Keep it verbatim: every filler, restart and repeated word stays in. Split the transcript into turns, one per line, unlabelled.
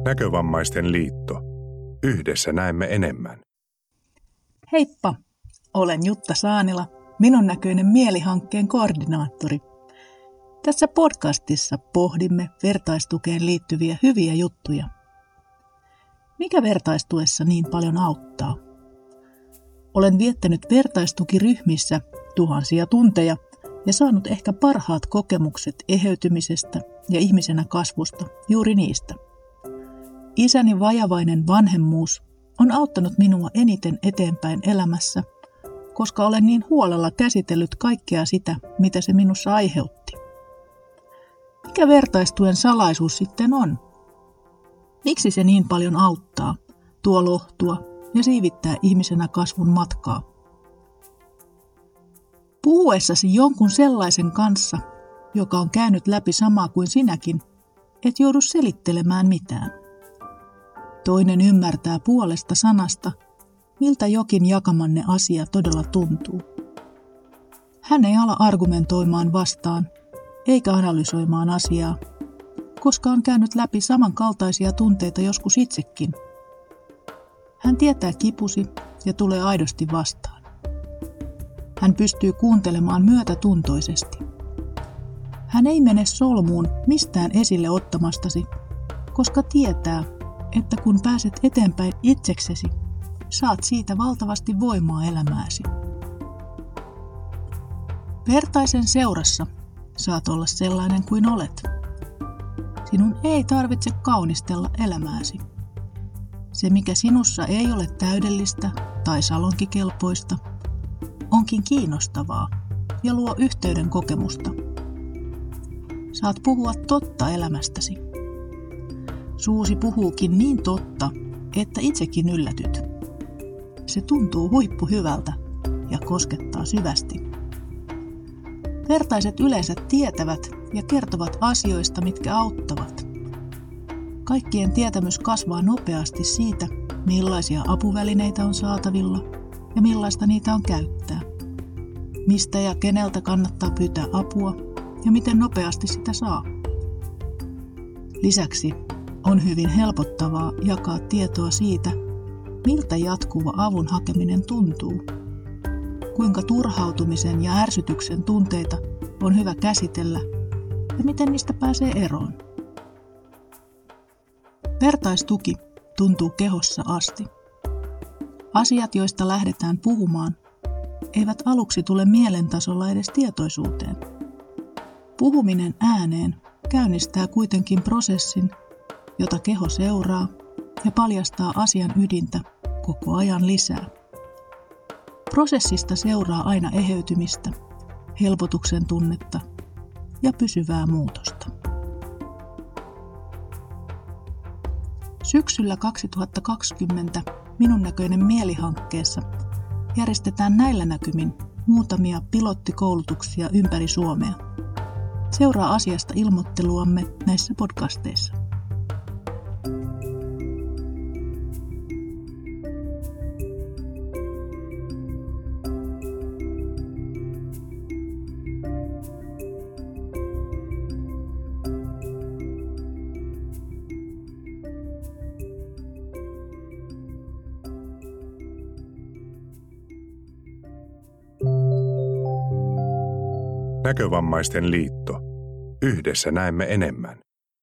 Näkövammaisten liitto. Yhdessä näemme enemmän.
Heippa! Olen Jutta Saanila, Minun näköinen mielihankkeen koordinaattori. Tässä podcastissa pohdimme vertaistukeen liittyviä hyviä juttuja. Mikä vertaistuessa niin paljon auttaa? Olen viettänyt vertaistukiryhmissä tuhansia tunteja ja saanut ehkä parhaat kokemukset eheytymisestä ja ihmisenä kasvusta juuri niistä. Isäni vajavainen vanhemmuus on auttanut minua eniten eteenpäin elämässä, koska olen niin huolella käsitellyt kaikkea sitä, mitä se minussa aiheutti. Mikä vertaistuen salaisuus sitten on? Miksi se niin paljon auttaa, tuo lohtua ja siivittää ihmisenä kasvun matkaa? Puhuessasi jonkun sellaisen kanssa, joka on käynyt läpi samaa kuin sinäkin, et joudu selittelemään mitään. Toinen ymmärtää puolesta sanasta, miltä jokin jakamanne asia todella tuntuu. Hän ei ala argumentoimaan vastaan, eikä analysoimaan asiaa, koska on käynyt läpi samankaltaisia tunteita joskus itsekin. Hän tietää kipusi ja tulee aidosti vastaan. Hän pystyy kuuntelemaan myötätuntoisesti. Hän ei mene solmuun mistään esille ottamastasi, koska tietää, että kun pääset eteenpäin itseksesi, saat siitä valtavasti voimaa elämääsi. Vertaisen seurassa saat olla sellainen kuin olet. Sinun ei tarvitse kaunistella elämääsi. Se, mikä sinussa ei ole täydellistä tai salonkikelpoista, onkin kiinnostavaa ja luo yhteyden kokemusta. Saat puhua totta elämästäsi. Suusi puhuukin niin totta, että itsekin yllätyt. Se tuntuu huippuhyvältä ja koskettaa syvästi. Vertaiset yleensä tietävät ja kertovat asioista, mitkä auttavat. Kaikkien tietämys kasvaa nopeasti siitä, millaisia apuvälineitä on saatavilla ja millaista niitä on käyttää. Mistä ja keneltä kannattaa pyytää apua ja miten nopeasti sitä saa. Lisäksi on hyvin helpottavaa jakaa tietoa siitä, miltä jatkuva avun hakeminen tuntuu. Kuinka turhautumisen ja ärsytyksen tunteita on hyvä käsitellä ja miten niistä pääsee eroon. Vertaistuki tuntuu kehossa asti. Asiat, joista lähdetään puhumaan, eivät aluksi tule mielentasolla edes tietoisuuteen. Puhuminen ääneen käynnistää kuitenkin prosessin, jota keho seuraa ja paljastaa asian ydintä koko ajan lisää. Prosessista seuraa aina eheytymistä, helpotuksen tunnetta ja pysyvää muutosta. Syksyllä kaksituhattakaksikymmentä Minun näköinen mielihankkeessa järjestetään näillä näkymin muutamia pilottikoulutuksia ympäri Suomea. Seuraa asiasta ilmoitteluamme näissä podcasteissa.
Näkövammaisten liitto. Yhdessä näemme enemmän.